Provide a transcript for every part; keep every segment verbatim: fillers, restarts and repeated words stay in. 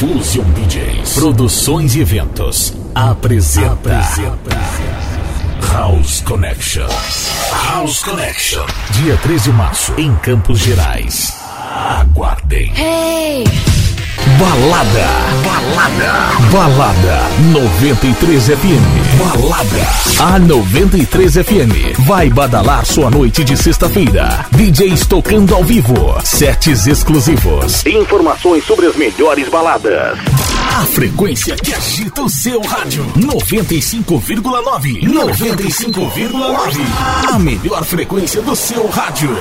Fusion D Js, Produções e Eventos, apresenta, apresenta House Connection. House Connection, dia três de março, em Campos Gerais. Aguardem. Hey! Balada, balada, balada noventa e três F M. Balada. A noventa e três F M vai badalar sua noite de sexta-feira. D Js tocando ao vivo, sets exclusivos, informações sobre as melhores baladas. A frequência que agita o seu rádio. noventa e cinco vírgula nove. noventa e cinco vírgula nove. A melhor frequência do seu rádio.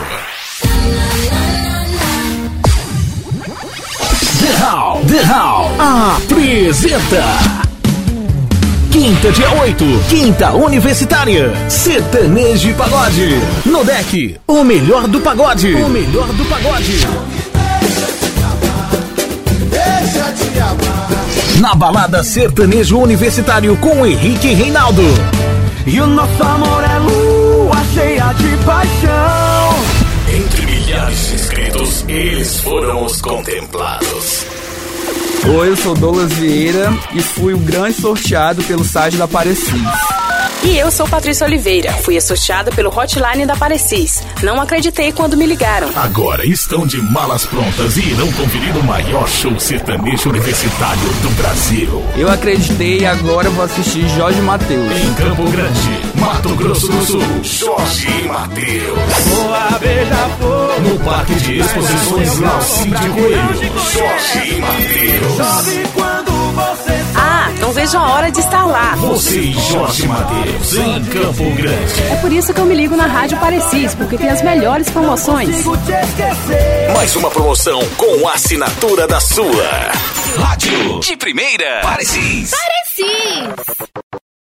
The Hall, The Hall apresenta Quinta, dia oito, Quinta Universitária, Sertanejo e Pagode. No deck, o melhor do pagode. O melhor do pagode. Na balada Sertanejo Universitário com Henrique Reinaldo. E o nosso amor é lua cheia de paixão. Entre milhares de inscritos, eles foram os contemplados. Oi, eu sou Douglas Vieira e fui o grande sorteado pelo site da Parecis. E eu sou Patrícia Oliveira, fui a sorteada pelo hotline da Parecis. Não acreditei quando me ligaram. Agora estão de malas prontas e irão conferir o maior show sertanejo universitário do Brasil. Eu acreditei e agora vou assistir Jorge Mateus. Em Campo Grande, Mato Grosso do Sul, Jorge Mateus. Boa beija-flor. No Parque de Exposições Laucídio Coelho, Jorge Mateus. Chove quando você... Ah, então vejo a hora de estar lá. Você e Jorge Mateus em Campo Grande. É por isso que eu me ligo na Rádio Parecis, porque tem as melhores promoções. Consigo te esquecer. Mais uma promoção com a assinatura da sua Rádio de Primeira Parecis.